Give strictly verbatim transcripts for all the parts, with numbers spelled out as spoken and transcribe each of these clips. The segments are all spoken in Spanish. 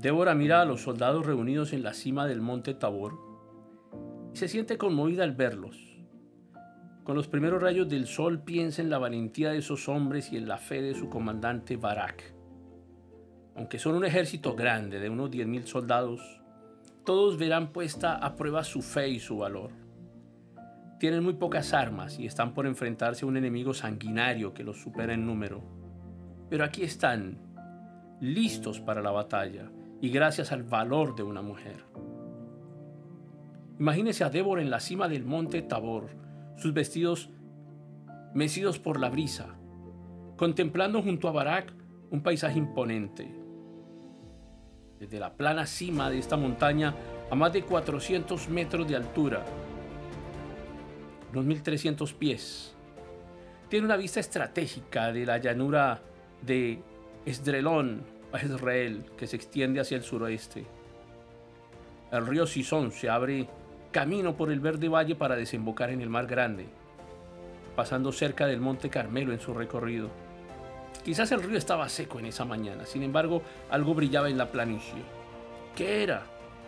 Débora mira a los soldados reunidos en la cima del monte Tabor y se siente conmovida al verlos. Con los primeros rayos del sol piensa en la valentía de esos hombres y en la fe de su comandante Barak. Aunque son un ejército grande de unos diez mil soldados, todos verán puesta a prueba su fe y su valor. Tienen muy pocas armas y están por enfrentarse a un enemigo sanguinario que los supera en número. Pero aquí están, listos para la batalla y gracias al valor de una mujer. Imagínese a Débora en la cima del monte Tabor, sus vestidos mecidos por la brisa, contemplando junto a Barak un paisaje imponente. Desde la plana cima de esta montaña, a más de cuatrocientos metros de altura, unos mil trescientos pies, tiene una vista estratégica de la llanura de Esdrelón a Israel, que se extiende hacia el suroeste. El río Sison se abre camino por el verde valle para desembocar en el Mar Grande, pasando cerca del monte Carmelo en su recorrido. Quizás el río estaba seco en esa mañana, sin embargo, algo brillaba en la planicie. ¿Qué era?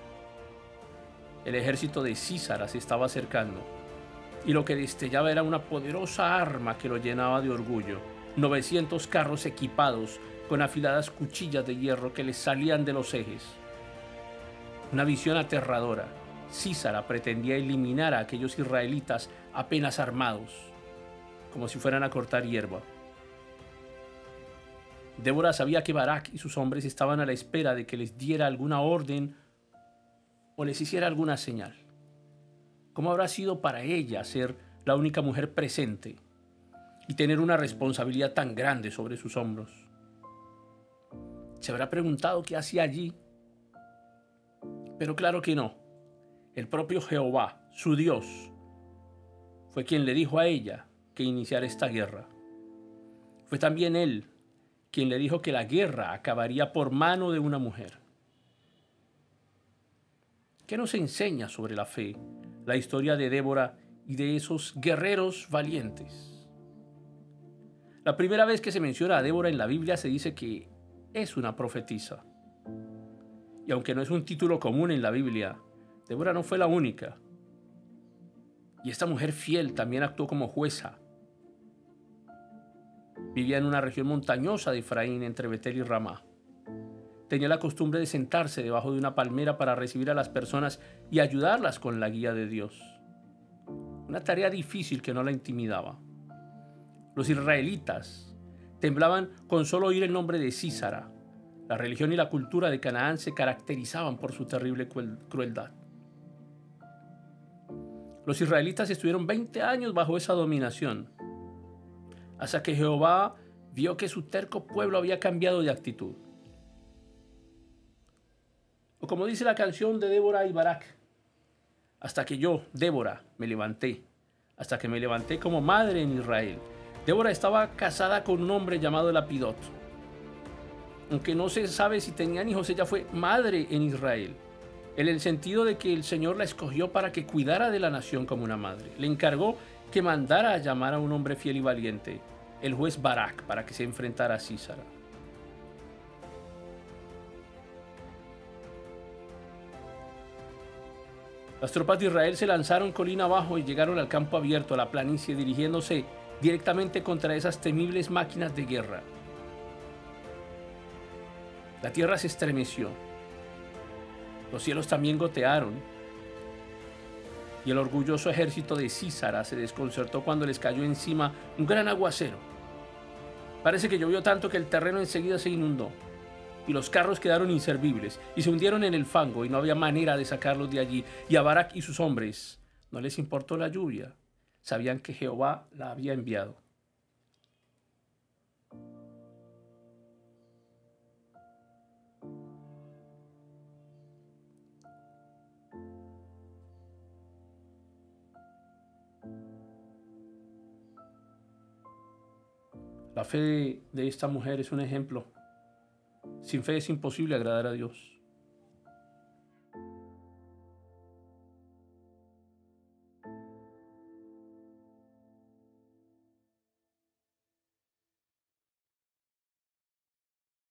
El ejército de Sísara se estaba acercando, y lo que destellaba era una poderosa arma que lo llenaba de orgullo. novecientos carros equipados con afiladas cuchillas de hierro que les salían de los ejes. Una visión aterradora. Sísara pretendía eliminar a aquellos israelitas apenas armados, como si fueran a cortar hierba. Débora sabía que Barak y sus hombres estaban a la espera de que les diera alguna orden o les hiciera alguna señal. ¿Cómo habrá sido para ella ser la única mujer presente y tener una responsabilidad tan grande sobre sus hombros? ¿Se habrá preguntado qué hacía allí? Pero claro que no. El propio Jehová, su Dios, fue quien le dijo a ella que iniciara esta guerra. Fue también él quien le dijo que la guerra acabaría por mano de una mujer. ¿Qué nos enseña sobre la fe la historia de Débora y de esos guerreros valientes? La primera vez que se menciona a Débora en la Biblia se dice que es una profetisa. Y aunque no es un título común en la Biblia, Débora no fue la única. Y esta mujer fiel también actuó como jueza. Vivía en una región montañosa de Efraín, entre Betel y Ramá. Tenía la costumbre de sentarse debajo de una palmera para recibir a las personas y ayudarlas con la guía de Dios. Una tarea difícil que no la intimidaba. Los israelitas temblaban con solo oír el nombre de Sísara. La religión y la cultura de Canaán se caracterizaban por su terrible crueldad. Los israelitas estuvieron veinte años bajo esa dominación, hasta que Jehová vio que su terco pueblo había cambiado de actitud. O como dice la canción de Débora y Barak, hasta que yo, Débora, me levanté, hasta que me levanté como madre en Israel. Débora estaba casada con un hombre llamado Lapidot. Aunque no se sabe si tenían hijos, ella fue madre en Israel, en el sentido de que el Señor la escogió para que cuidara de la nación como una madre. Le encargó que mandara a llamar a un hombre fiel y valiente, el juez Barak, para que se enfrentara a Sísara. Las tropas de Israel se lanzaron colina abajo y llegaron al campo abierto, a la planicie, dirigiéndose directamente contra esas temibles máquinas de guerra. La tierra se estremeció. Los cielos también gotearon. Y el orgulloso ejército de Sísara se desconcertó cuando les cayó encima un gran aguacero. Parece que llovió tanto que el terreno enseguida se inundó. Y los carros quedaron inservibles y se hundieron en el fango y no había manera de sacarlos de allí. Y a Barak y sus hombres no les importó la lluvia. Sabían que Jehová la había enviado. La fe de esta mujer es un ejemplo. Sin fe es imposible agradar a Dios.